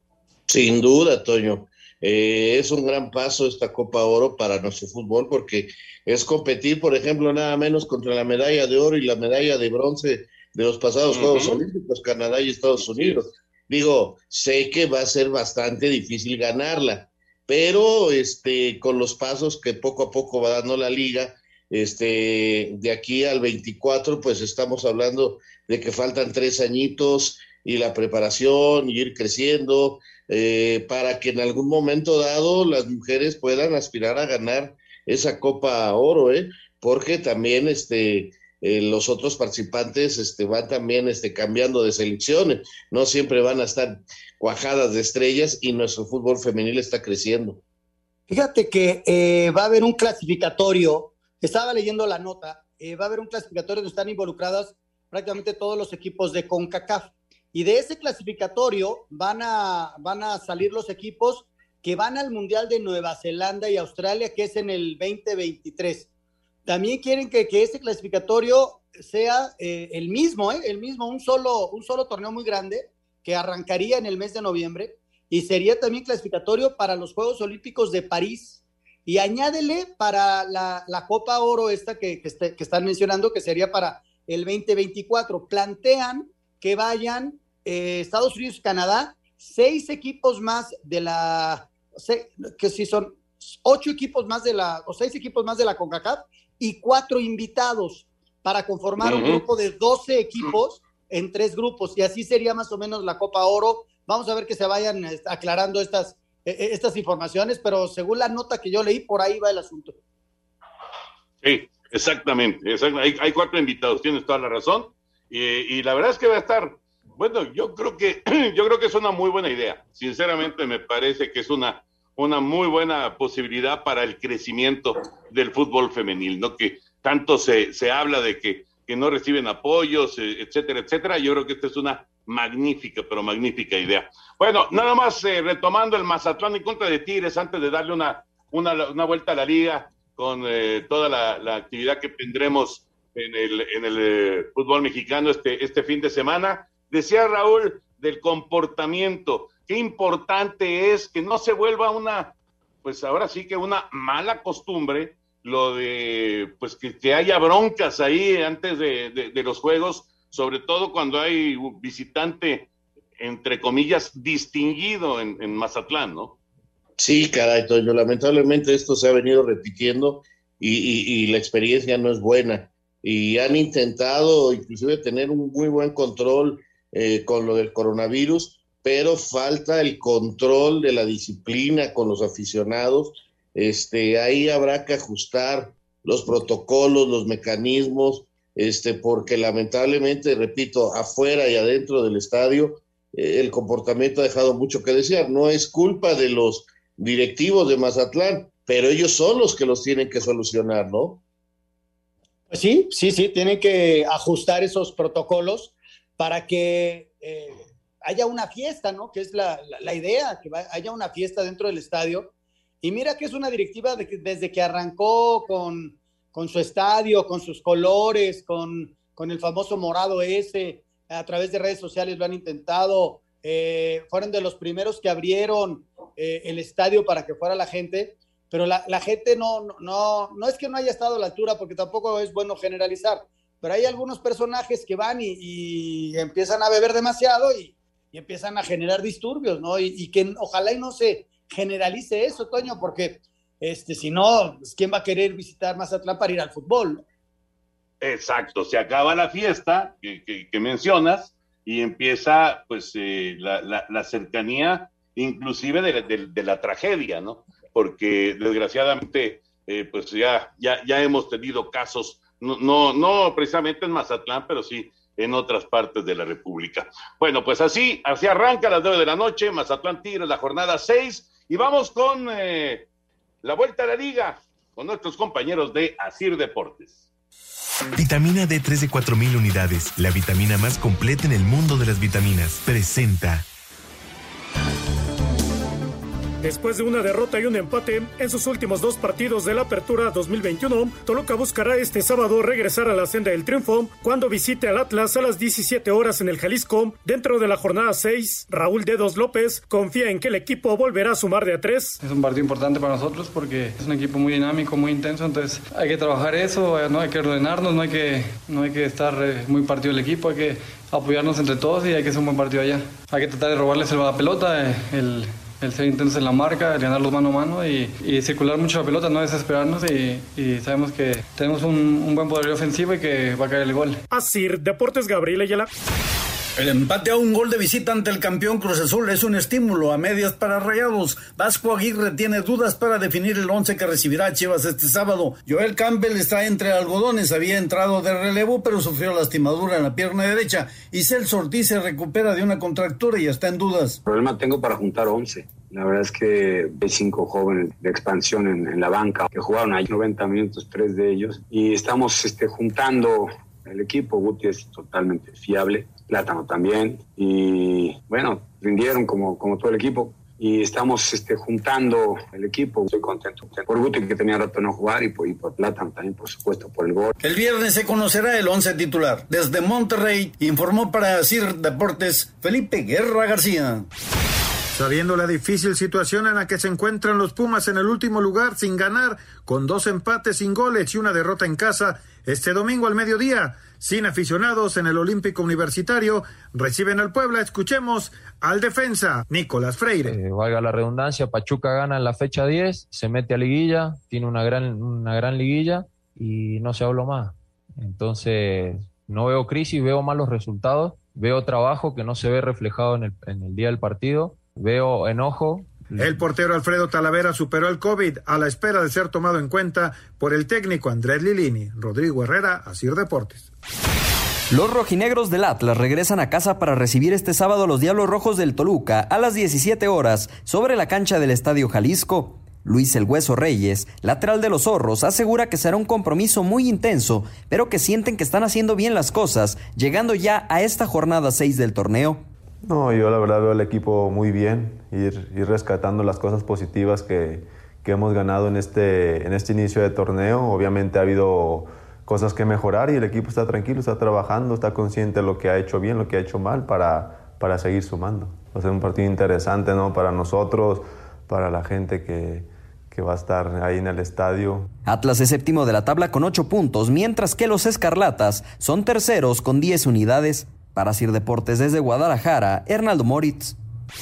Sin duda, Toño. Eh, es un gran paso esta Copa Oro para nuestro fútbol porque es competir, por ejemplo, nada menos contra la medalla de oro y la medalla de bronce de los pasados uh-huh. Juegos Olímpicos, Canadá y Estados Unidos. Digo, sé que va a ser bastante difícil ganarla, pero este, con los pasos que poco a poco va dando la liga, este, de aquí al veinticuatro, pues estamos hablando de que faltan tres añitos y la preparación y ir creciendo, eh, para que en algún momento dado las mujeres puedan aspirar a ganar esa Copa Oro, ¿eh? Porque también este, eh, los otros participantes este, van también este, cambiando de selecciones, no siempre van a estar cuajadas de estrellas y nuestro fútbol femenil está creciendo. Fíjate que eh, va a haber un clasificatorio, estaba leyendo la nota, eh, va a haber un clasificatorio donde están involucradas prácticamente todos los equipos de CONCACAF. Y de ese clasificatorio van a, van a salir los equipos que van al Mundial de Nueva Zelanda y Australia, que es en el veinte veintitrés. También quieren que, que ese clasificatorio sea eh, el mismo, ¿eh? el mismo, un solo, un solo torneo muy grande que arrancaría en el mes de noviembre y sería también clasificatorio para los Juegos Olímpicos de París. Y añádele para la, la Copa Oro esta que, que, este, que están mencionando, que sería para el veinte veinticuatro. Plantean que vayan eh, Estados Unidos y Canadá, seis equipos más de la, se, que si son ocho equipos más de la, o seis equipos más de la CONCACAF y cuatro invitados para conformar uh-huh. un grupo de doce equipos en tres grupos, y así sería más o menos la Copa Oro. Vamos a ver que se vayan aclarando estas, eh, estas informaciones, pero según la nota que yo leí, por ahí va el asunto. Sí, exactamente, exactamente. Hay, hay cuatro invitados, tienes toda la razón. Y, y la verdad es que va a estar, bueno, yo creo que yo creo que es una muy buena idea. Sinceramente me parece que es una, una muy buena posibilidad para el crecimiento del fútbol femenil, ¿no? Que tanto se, se habla de que, que no reciben apoyos, etcétera, etcétera. Yo creo que esta es una magnífica, pero magnífica idea. Bueno, nada más eh, retomando el Mazatlán en contra de Tigres, antes de darle una, una, una vuelta a la liga con eh, toda la, la actividad que tendremos en el, en el eh, fútbol mexicano este, este fin de semana. Decía Raúl del comportamiento, qué importante es que no se vuelva una, pues ahora sí que una mala costumbre, lo de, pues que, que haya broncas ahí antes de, de, de los juegos, sobre todo cuando hay un visitante, entre comillas, distinguido en, en Mazatlán, ¿no? Sí, caray, Toño, lamentablemente esto se ha venido repitiendo y, y, y la experiencia no es buena. Y han intentado inclusive tener un muy buen control eh, con lo del coronavirus, pero falta el control de la disciplina con los aficionados. Este, ahí habrá que ajustar los protocolos, los mecanismos, este, porque lamentablemente, repito, afuera y adentro del estadio, eh, el comportamiento ha dejado mucho que desear. No es culpa de los directivos de Mazatlán, pero ellos son los que los tienen que solucionar, ¿no? Pues sí, sí, sí, tienen que ajustar esos protocolos para que eh, haya una fiesta, ¿no? Que es la, la, la idea, que va, haya una fiesta dentro del estadio. Y mira que es una directiva de que, desde que arrancó con, con su estadio, con sus colores, con, con el famoso morado ese, a través de redes sociales lo han intentado, eh, fueron de los primeros que abrieron eh, el estadio para que fuera la gente, pero la, la gente no, no, no es que no haya estado a la altura, porque tampoco es bueno generalizar, pero hay algunos personajes que van y, y empiezan a beber demasiado y, y empiezan a generar disturbios, ¿no? Y, y que ojalá y no se generalice eso, Toño, porque este, si no, pues, ¿quién va a querer visitar Mazatlán para ir al fútbol? Exacto, se acaba la fiesta que, que, que mencionas y empieza pues eh, la, la, la cercanía inclusive de, de, de la tragedia, ¿no? Porque desgraciadamente eh, pues ya, ya, ya hemos tenido casos, no, no, no precisamente en Mazatlán, pero sí en otras partes de la República. Bueno, pues así, así arranca a las nueve de la noche, Mazatlán Tigres, la jornada seis, y vamos con eh, la vuelta a la liga, con nuestros compañeros de Asir Deportes. Vitamina D tres de cuatro mil unidades, la vitamina más completa en el mundo de las vitaminas, presenta. Después de una derrota y un empate en sus últimos dos partidos de la Apertura dos mil veintiuno, Toluca buscará este sábado regresar a la senda del triunfo cuando visite al Atlas a las diecisiete horas en el Jalisco. Dentro de la jornada seis, Raúl Dedos López confía en que el equipo volverá a sumar de a tres. Es un partido importante para nosotros porque es un equipo muy dinámico, muy intenso, entonces hay que trabajar eso, no hay que ordenarnos, no hay que, no hay que estar muy partido el equipo, hay que apoyarnos entre todos y hay que hacer un buen partido allá. Hay que tratar de robarles la pelota, el... el ser intensos en la marca, el ganarlos mano a mano y, y circular mucho la pelota, no desesperarnos y, y sabemos que tenemos un, un buen poder ofensivo y que va a caer el gol. Asir Deportes, Gabriel Ayala. El empate a un gol de visita ante el campeón Cruz Azul es un estímulo a medias para Rayados. Vasco Aguirre tiene dudas para definir el once que recibirá a Chivas este sábado. Joel Campbell está entre algodones, había entrado de relevo pero sufrió lastimadura en la pierna derecha. Y Celso Ortiz se recupera de una contractura y está en dudas. El problema tengo para juntar once. La verdad es que hay cinco jóvenes de expansión en, en la banca que jugaron ahí noventa minutos, tres de ellos. Y estamos este, juntando el equipo. Guti es totalmente fiable. Plátano también, y bueno, rindieron como, como todo el equipo, y estamos este, juntando el equipo. Estoy contento por Guti, que tenía rato de no jugar, y por, y por Plátano también, por supuesto, por el gol. El viernes se conocerá el once titular. Desde Monterrey, informó para Asir Deportes Felipe Guerra García. Sabiendo la difícil situación en la que se encuentran los Pumas en el último lugar sin ganar, con dos empates sin goles y una derrota en casa, este domingo al mediodía, sin aficionados en el Olímpico Universitario, reciben al Puebla. Escuchemos al defensa Nicolás Freire. Eh, valga la redundancia, Pachuca gana en la fecha diez, se mete a liguilla, tiene una gran, una gran liguilla y no se habló más. Entonces, no veo crisis, veo malos resultados, veo trabajo que no se ve reflejado en el, en el día del partido. Veo enojo. El portero Alfredo Talavera superó el COVID a la espera de ser tomado en cuenta por el técnico Andrés Lilini. Rodrigo Herrera, Asir Deportes. Los rojinegros del Atlas regresan a casa para recibir este sábado a los Diablos Rojos del Toluca a las diecisiete horas sobre la cancha del Estadio Jalisco. Luis El Hueso Reyes, lateral de los Zorros, asegura que será un compromiso muy intenso, pero que sienten que están haciendo bien las cosas, llegando ya a esta jornada seis del torneo. No, yo la verdad veo al equipo muy bien, ir, ir rescatando las cosas positivas que, que hemos ganado en este, en este inicio de torneo. Obviamente ha habido cosas que mejorar y el equipo está tranquilo, está trabajando, está consciente de lo que ha hecho bien, lo que ha hecho mal para, para seguir sumando. Va a ser un partido interesante, ¿no? Para nosotros, para la gente que, que va a estar ahí en el estadio. Atlas es séptimo de la tabla con ocho puntos, mientras que los Escarlatas son terceros con diez unidades. Para Asir Deportes desde Guadalajara, Hernaldo Moritz.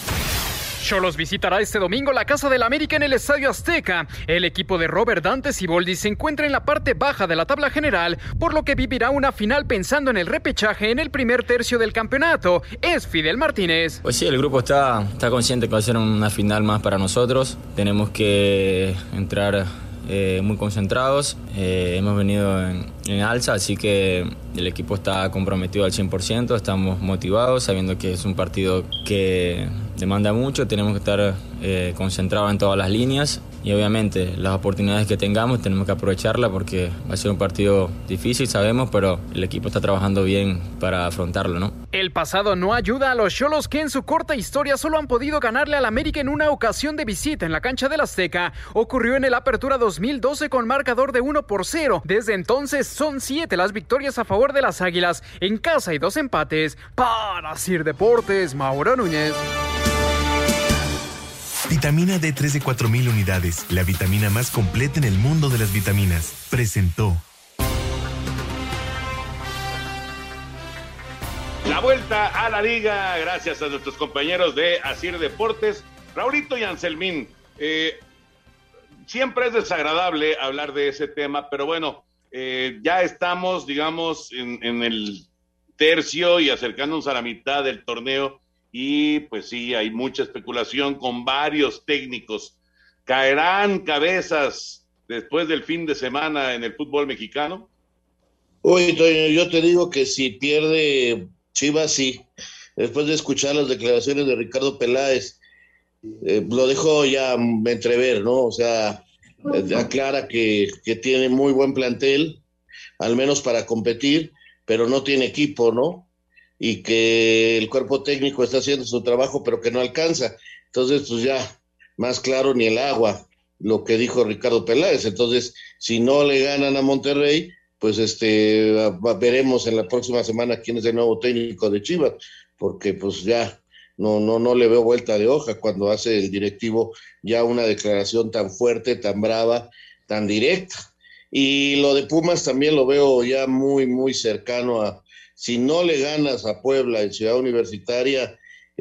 Xolos visitará este domingo la Casa del América en el Estadio Azteca. El equipo de Robert Dante Siboldi se encuentra en la parte baja de la tabla general, por lo que vivirá una final pensando en el repechaje en el primer tercio del campeonato. Es Fidel Martínez. Pues sí, el grupo está, está consciente que va a ser una final más para nosotros. Tenemos que entrar eh, muy concentrados. Eh, hemos venido en, en alza, así que el equipo está comprometido al cien por ciento. Estamos motivados, sabiendo que es un partido que demanda mucho. Tenemos que estar eh, concentrados en todas las líneas y obviamente las oportunidades que tengamos tenemos que aprovecharlas porque va a ser un partido difícil, sabemos, pero el equipo está trabajando bien para afrontarlo, ¿no? El pasado no ayuda a los Xolos, que en su corta historia solo han podido ganarle al América en una ocasión de visita en la cancha del Azteca. Ocurrió en el Apertura dos mil doce con marcador de uno por cero. Desde entonces son siete las victorias a favor de las Águilas en casa y dos empates. Para Sir Deportes, Mauro Núñez. Vitamina D tres de cuatro mil unidades, la vitamina más completa en el mundo de las vitaminas. Presentó. La vuelta a la liga, gracias a nuestros compañeros de Asir Deportes. Raulito y Anselmín, eh, siempre es desagradable hablar de ese tema, pero bueno, eh, ya estamos, digamos, en, en el tercio y acercándonos a la mitad del torneo, y pues sí, hay mucha especulación con varios técnicos. ¿Caerán cabezas después del fin de semana en el fútbol mexicano? Uy, Toño, yo te digo que si pierde Chivas, sí. Después de escuchar las declaraciones de Ricardo Peláez, eh, lo dejó ya entrever, ¿no? O sea, eh, aclara que, que tiene muy buen plantel, al menos para competir, pero no tiene equipo, ¿no? Y que el cuerpo técnico está haciendo su trabajo, pero que no alcanza. Entonces, pues ya, más claro ni el agua, lo que dijo Ricardo Peláez. Entonces, si no le ganan a Monterrey, pues este veremos en la próxima semana quién es el nuevo técnico de Chivas, porque pues ya no, no, no le veo vuelta de hoja cuando hace el directivo ya una declaración tan fuerte, tan brava, tan directa. Y lo de Pumas también lo veo ya muy, muy cercano a, si no le ganas a Puebla en Ciudad Universitaria,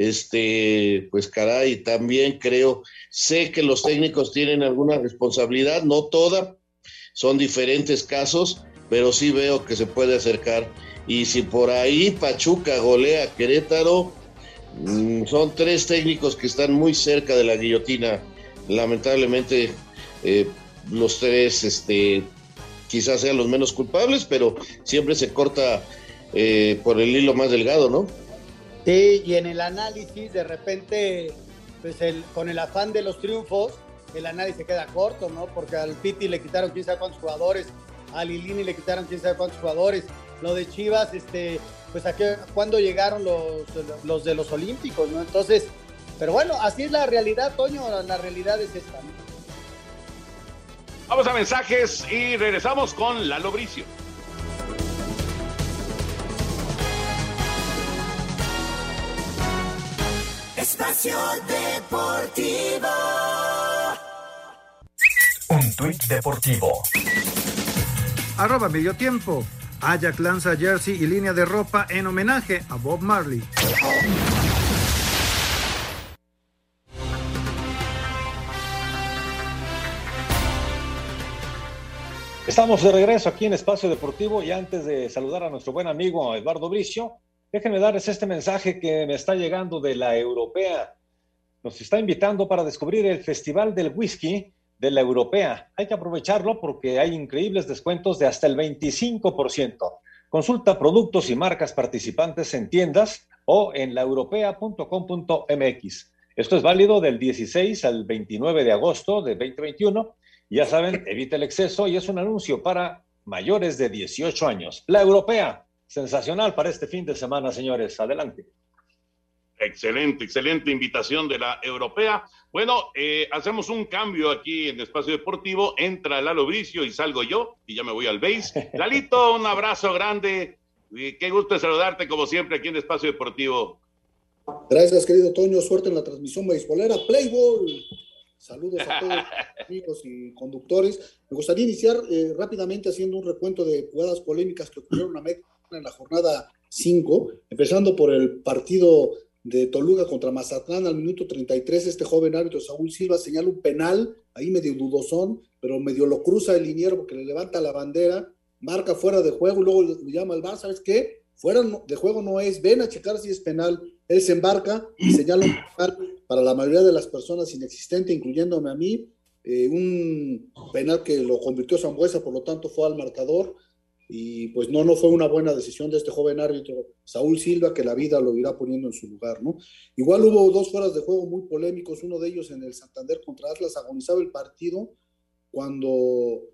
este, pues caray, también creo, sé que los técnicos tienen alguna responsabilidad, no toda, son diferentes casos, pero sí veo que se puede acercar. Y si por ahí Pachuca golea a Querétaro, mmm, son tres técnicos que están muy cerca de la guillotina. Lamentablemente, eh, los tres este, quizás sean los menos culpables, pero siempre se corta eh, por el hilo más delgado, ¿no? Sí, y en el análisis, de repente, pues el, con el afán de los triunfos, el análisis se queda corto, ¿no? Porque al Piti le quitaron quién sabe cuántos jugadores, a Lilini le quitaron quién sabe cuántos jugadores. Lo de Chivas, este, pues a qué, cuándo llegaron los, los de los Olímpicos, ¿no? Entonces, pero bueno, así es la realidad, Toño, la realidad es esta, ¿no? Vamos a mensajes y regresamos con Lalo Bricio. Espacio Deportivo. Un tuit deportivo. Arroba medio tiempo. Ajax lanza jersey y línea de ropa en homenaje a Bob Marley. Estamos de regreso aquí en Espacio Deportivo y antes de saludar a nuestro buen amigo Eduardo Bricio, déjenme darles este mensaje que me está llegando de la Europea. Nos está invitando para descubrir el Festival del Whisky de la Europea. Hay que aprovecharlo porque hay increíbles descuentos de hasta el veinticinco por ciento. Consulta productos y marcas participantes en tiendas o en la europea punto com punto m x. Esto es válido del dieciséis al veintinueve de agosto de veinte veintiuno. Ya saben, evita el exceso y es un anuncio para mayores de dieciocho años. La Europea, sensacional para este fin de semana, señores. Adelante. Excelente, excelente invitación de la Europea. Bueno, eh, hacemos un cambio aquí en Espacio Deportivo. Entra Lalo Bricio y salgo yo, y ya me voy al base. Lalito, un abrazo grande. Y qué gusto de saludarte, como siempre, aquí en Espacio Deportivo. Gracias, querido Toño. Suerte en la transmisión beisbolera. Play ball. Saludos a todos amigos y conductores. Me gustaría iniciar eh, rápidamente haciendo un recuento de jugadas polémicas que ocurrieron en la jornada cinco, empezando por el partido de Toluca contra Mazatlán. Al minuto treinta y tres, este joven árbitro Saúl Silva señala un penal, ahí medio dudosón, pero medio lo cruza el liniero porque le levanta la bandera, marca fuera de juego y luego le llama al V A R. ¿Sabes qué? Fuera de juego no es, ven a checar si es penal. Él se embarca y señala un penal para la mayoría de las personas inexistente, incluyéndome a mí, eh, un penal que lo convirtió Sambuesa, por lo tanto fue al marcador. Y pues no, no fue una buena decisión de este joven árbitro Saúl Silva, que la vida lo irá poniendo en su lugar, ¿no? Igual hubo dos fueras de juego muy polémicos, uno de ellos en el Santander contra Atlas, agonizaba el partido cuando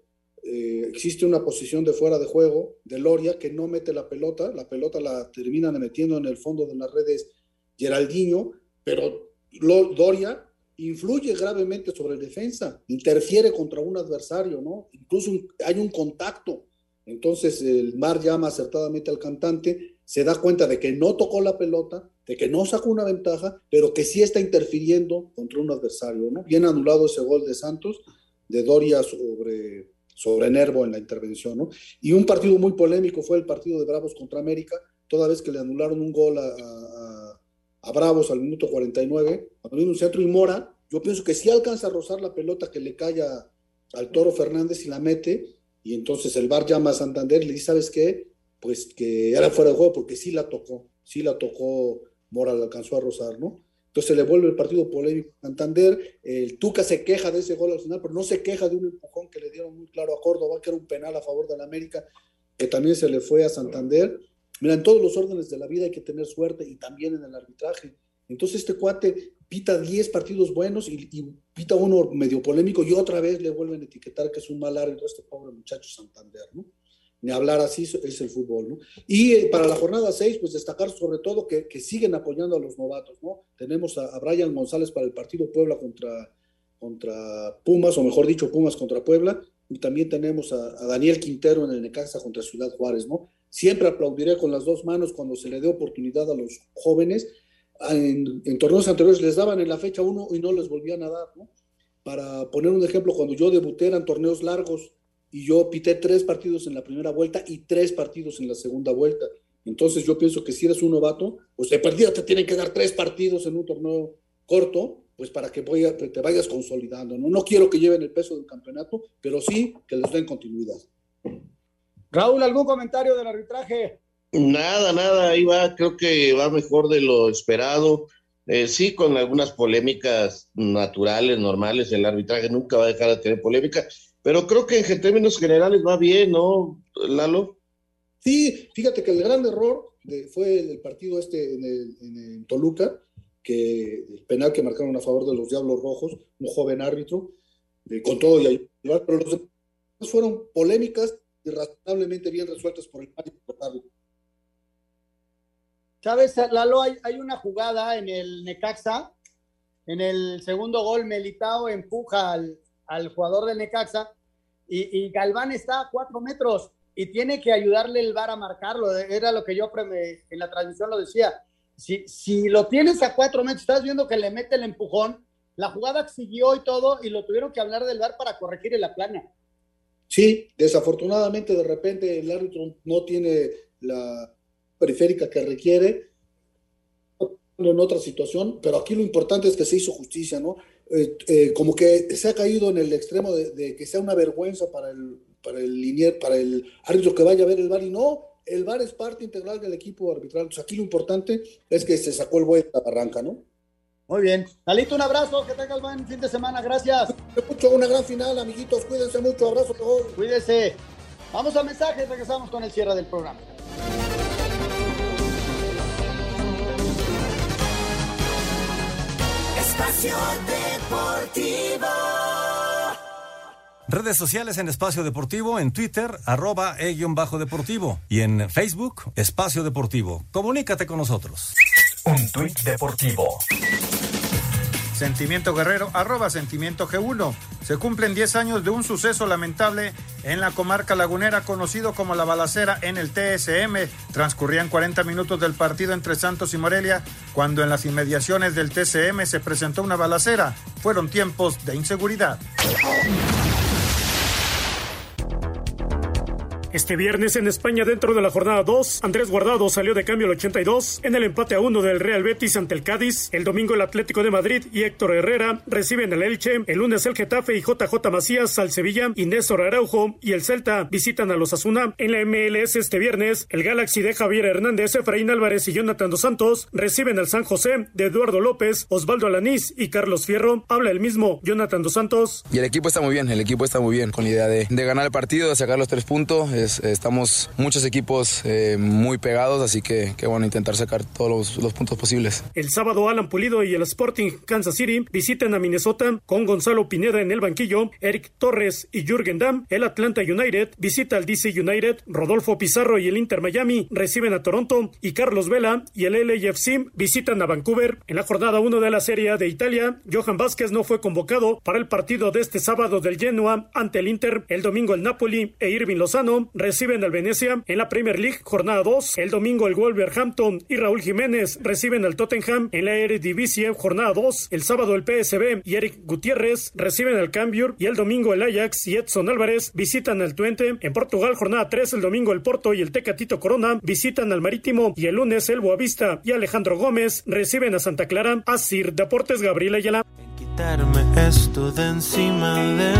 eh, existe una posición de fuera de juego de Loria que no mete la pelota, la pelota la terminan metiendo en el fondo de las redes Geraldinho, pero Lo, Doria influye gravemente sobre el defensa, interfiere contra un adversario, ¿no? Incluso un, hay un contacto. Entonces el V A R llama acertadamente al cantante, se da cuenta de que no tocó la pelota, de que no sacó una ventaja, pero que sí está interfiriendo contra un adversario, ¿no? Bien anulado ese gol de Santos, de Doria sobre, sobre Nervo en la intervención, ¿no? Y un partido muy polémico fue el partido de Bravos contra América, toda vez que le anularon un gol a, a, a Bravos al minuto cuarenta y nueve, cuando viene un centro y Mora, yo pienso que sí alcanza a rozar la pelota que le cae a, al Toro Fernández y la mete, y entonces el V A R llama a Santander y le dice, ¿sabes qué? Pues que era fuera de juego porque sí la tocó, sí la tocó Mora, la alcanzó a rozar, ¿no? Entonces le vuelve el partido polémico a Santander, el Tuca se queja de ese gol al final, pero no se queja de un empujón que le dieron muy claro a Córdoba, que era un penal a favor de la América, que también se le fue a Santander. Mira, en todos los órdenes de la vida hay que tener suerte y también en el arbitraje. Entonces este cuate pita diez partidos buenos y, y pita uno medio polémico y otra vez le vuelven a etiquetar que es un mal árbitro este pobre muchacho Santander, ¿no? Ni hablar así es el fútbol, ¿no? Y eh, para la jornada seis, pues destacar sobre todo que, que siguen apoyando a los novatos, ¿no? Tenemos a, a Brian González para el partido Puebla contra, contra Pumas, o mejor dicho, Pumas contra Puebla, y también tenemos a, a Daniel Quintero en el Necaxa contra Ciudad Juárez, ¿no? Siempre aplaudiré con las dos manos cuando se le dé oportunidad a los jóvenes. En, en torneos anteriores les daban en la fecha uno y no les volvían a dar, ¿no? Para poner un ejemplo, cuando yo debuté eran torneos largos y yo pité tres partidos en la primera vuelta y tres partidos en la segunda vuelta. Entonces yo pienso que si eres un novato, pues de partida te tienen que dar tres partidos en un torneo corto, pues para que vaya, te vayas consolidando, ¿no? No quiero que lleven el peso del campeonato, pero sí que les den continuidad. Raúl, ¿algún comentario del arbitraje? Nada, nada, ahí va, creo que va mejor de lo esperado. Eh, sí, con algunas polémicas naturales, normales, el arbitraje nunca va a dejar de tener polémica, pero creo que en términos generales va bien, ¿no, Lalo? Sí, fíjate que el gran error de, fue el partido este en, el, en el Toluca, que el penal que marcaron a favor de los Diablos Rojos, un joven árbitro, eh, con todo y ayudar, pero los demás fueron polémicas y razonablemente bien resueltas por el árbitro. ¿Sabes, Lalo? Hay, hay una jugada en el Necaxa, en el segundo gol, Militao empuja al, al jugador del Necaxa y, y Galván está a cuatro metros y tiene que ayudarle el V A R a marcarlo. Era lo que yo pre- en la transmisión lo decía. Si, si lo tienes a cuatro metros, estás viendo que le mete el empujón, la jugada siguió y todo, y lo tuvieron que hablar del V A R para corregir en la plana. Sí, desafortunadamente de repente el árbitro no tiene la periférica que requiere en otra situación, pero aquí lo importante es que se hizo justicia, ¿no? Eh, eh, como que se ha caído en el extremo de, de que sea una vergüenza para el para el linier, para el árbitro que vaya a ver el V A R, y no, el V A R es parte integral del equipo arbitral. Entonces aquí lo importante es que se sacó el buey de la barranca, ¿no? Muy bien. Lalito, un abrazo, que tengas buen fin de semana, gracias. Mucho, una gran final, amiguitos, cuídense mucho, abrazo a todos. Cuídense. Vamos a mensajes, regresamos con el cierre del programa. Espacio Deportivo. Redes sociales en Espacio Deportivo, en Twitter, arroba e-deportivo. Y en Facebook, Espacio Deportivo. Comunícate con nosotros. Un tuit deportivo. Sentimiento Guerrero, arroba Sentimiento G uno. Se cumplen diez años de un suceso lamentable en la comarca lagunera conocido como la balacera en el T S M. Transcurrían cuarenta minutos del partido entre Santos y Morelia cuando en las inmediaciones del T S M se presentó una balacera. Fueron tiempos de inseguridad. Este viernes en España, dentro de la jornada dos, Andrés Guardado salió de cambio al ochenta y dos en el empate a uno del Real Betis ante el Cádiz. El domingo el Atlético de Madrid y Héctor Herrera reciben al Elche. El lunes el Getafe y J J Macías al Sevilla y Néstor Araujo y el Celta visitan a los Osasuna. En la M L S este viernes, el Galaxy de Javier Hernández, Efraín Álvarez y Jonathan Dos Santos reciben al San José de Eduardo López, Osvaldo Alanís y Carlos Fierro. Habla el mismo Jonathan Dos Santos. Y el equipo está muy bien, el equipo está muy bien, con la idea de, de ganar el partido, de sacar los tres puntos. Eh, entonces eh, estamos muchos equipos eh, muy pegados, así que, que bueno, intentar sacar todos los, los puntos posibles. El sábado Alan Pulido y el Sporting Kansas City visitan a Minnesota con Gonzalo Pineda en el banquillo, Eric Torres y Jürgen Damm. El Atlanta United visita al D C United, Rodolfo Pizarro y el Inter Miami reciben a Toronto y Carlos Vela y el L A F C visitan a Vancouver. En la jornada uno de la Serie A de Italia, Johan Vázquez no fue convocado para el partido de este sábado del Genoa ante el Inter. El domingo el Napoli e Irving Lozano reciben al Venecia. En la Premier League, jornada dos, el domingo el Wolverhampton y Raúl Jiménez reciben al Tottenham. En la Eredivisie, jornada dos, el sábado el P S V y Eric Gutiérrez reciben al Cambuur y el domingo el Ajax y Edson Álvarez visitan al Twente. En Portugal, jornada tres, el domingo el Porto y el Tecatito Corona visitan al Marítimo y el lunes el Boavista y Alejandro Gómez reciben a Santa Clara. Asir Deportes, Gabriel Ayala. Quitarme esto de encima de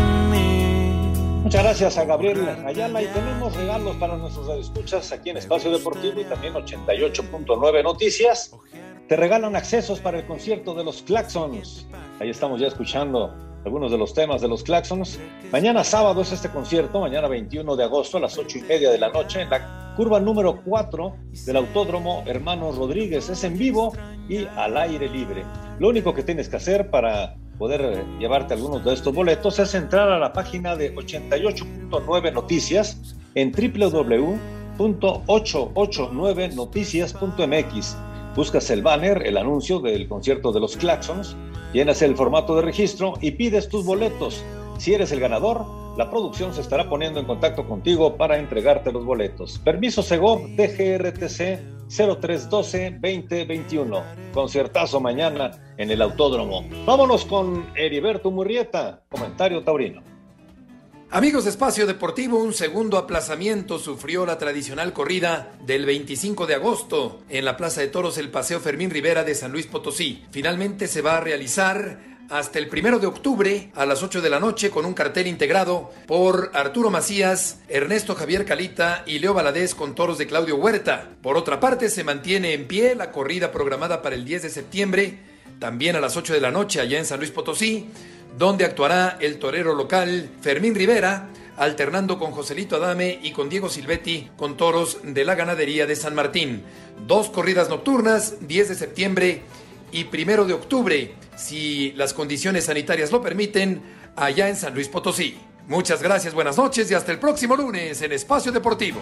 mí. Muchas gracias a Gabriel Ayala y tenemos regalos para nuestros radioescuchas aquí en Espacio Deportivo y también ochenta y ocho punto nueve Noticias. Te regalan accesos para el concierto de los Claxons. Ahí estamos ya escuchando algunos de los temas de los Claxons. Mañana sábado es este concierto, mañana veintiuno de agosto a las ocho y media de la noche en la curva número cuatro del Autódromo Hermanos Rodríguez. Es en vivo y al aire libre. Lo único que tienes que hacer para poder llevarte algunos de estos boletos es entrar a la página de ochenta y ocho punto nueve Noticias en doble u doble u doble u punto ochocientos ochenta y nueve noticias punto m x. Buscas el banner, el anuncio del concierto de los Claxons, llenas el formato de registro y pides tus boletos. Si eres el ganador, la producción se estará poniendo en contacto contigo para entregarte los boletos. Permiso Segov D G R T C cero tres doce veinte veintiuno. Conciertazo mañana en el Autódromo. Vámonos con Heriberto Murrieta, comentario taurino. Amigos de Espacio Deportivo, un segundo aplazamiento sufrió la tradicional corrida del veinticinco de agosto en la Plaza de Toros el Paseo Fermín Rivera de San Luis Potosí. Finalmente se va a realizar hasta el primero de octubre a las ocho de la noche con un cartel integrado por Arturo Macías, Ernesto Javier Calita y Leo Valadez con toros de Claudio Huerta. Por otra parte, se mantiene en pie la corrida programada para el diez de septiembre, también a las ocho de la noche allá en San Luis Potosí, donde actuará el torero local Fermín Rivera, alternando con Joselito Adame y con Diego Silvetti con toros de la ganadería de San Martín. Dos corridas nocturnas, diez de septiembre y primero de octubre, si las condiciones sanitarias lo permiten, allá en San Luis Potosí. Muchas gracias, buenas noches y hasta el próximo lunes en Espacio Deportivo.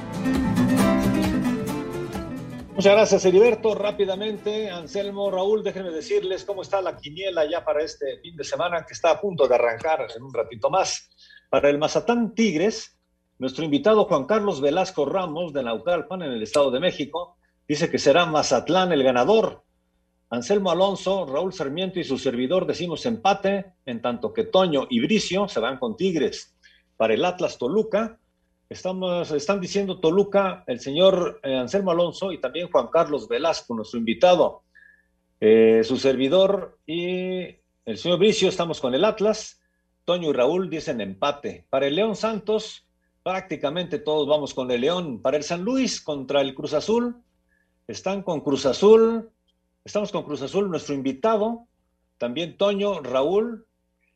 Muchas gracias, Heriberto. Rápidamente, Anselmo, Raúl, déjenme decirles cómo está la quiniela ya para este fin de semana que está a punto de arrancar en un ratito más. Para el Mazatlán Tigres, nuestro invitado Juan Carlos Velasco Ramos de Naucalpan, en el Estado de México, dice que será Mazatlán el ganador. Anselmo Alonso, Raúl Sarmiento y su servidor decimos empate, en tanto que Toño y Bricio se van con Tigres. Para el Atlas Toluca, Estamos, están diciendo Toluca, el señor eh, Anselmo Alonso y también Juan Carlos Velasco, nuestro invitado. Eh, su servidor y el señor Bricio estamos con el Atlas. Toño y Raúl dicen empate. Para el León Santos, prácticamente todos vamos con el León. Para el San Luis contra el Cruz Azul, están con Cruz Azul. Estamos con Cruz Azul, nuestro invitado. También Toño, Raúl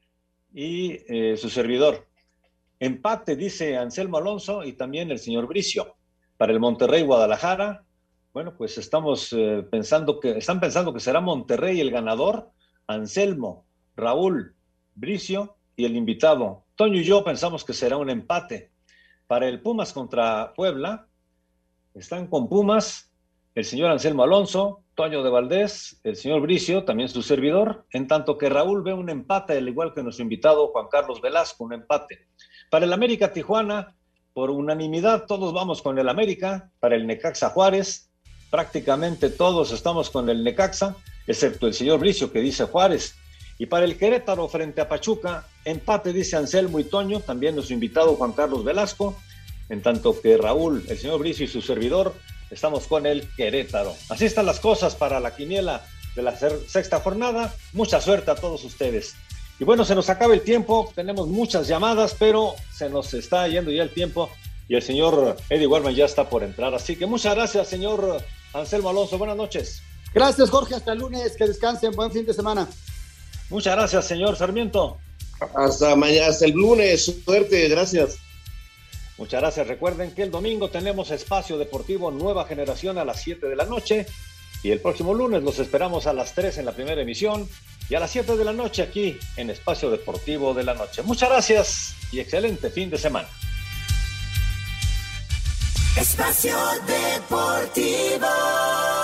y eh, su servidor. Empate, dice Anselmo Alonso y también el señor Bricio. Para el Monterrey Guadalajara, bueno, pues estamos eh, pensando que, están pensando que será Monterrey el ganador. Anselmo, Raúl, Bricio y el invitado. Toño y yo pensamos que será un empate. Para el Pumas contra Puebla, están con Pumas el señor Anselmo Alonso, Toño de Valdés, el señor Bricio, también su servidor, en tanto que Raúl ve un empate, al igual que nuestro invitado Juan Carlos Velasco, un empate. Para el América Tijuana, por unanimidad, todos vamos con el América. Para el Necaxa Juárez, prácticamente todos estamos con el Necaxa, excepto el señor Bricio, que dice Juárez. Y para el Querétaro frente a Pachuca, empate, dice Anselmo y Toño, también nuestro invitado Juan Carlos Velasco, en tanto que Raúl, el señor Bricio y su servidor, estamos con el Querétaro. Así están las cosas para la quiniela de la sexta jornada. Mucha suerte a todos ustedes. Y bueno, se nos acaba el tiempo, tenemos muchas llamadas, pero se nos está yendo ya el tiempo y el señor Eddie Werman ya está por entrar. Así que muchas gracias, señor Anselmo Alonso. Buenas noches. Gracias, Jorge. Hasta el lunes. Que descansen. Buen fin de semana. Muchas gracias, señor Sarmiento. Hasta mañana, hasta el lunes. Suerte. Gracias. Muchas gracias. Recuerden que el domingo tenemos Espacio Deportivo Nueva Generación a las siete de la noche y el próximo lunes los esperamos a las tres en la primera emisión y a las siete de la noche aquí en Espacio Deportivo de la Noche. Muchas gracias y excelente fin de semana. Espacio Deportivo.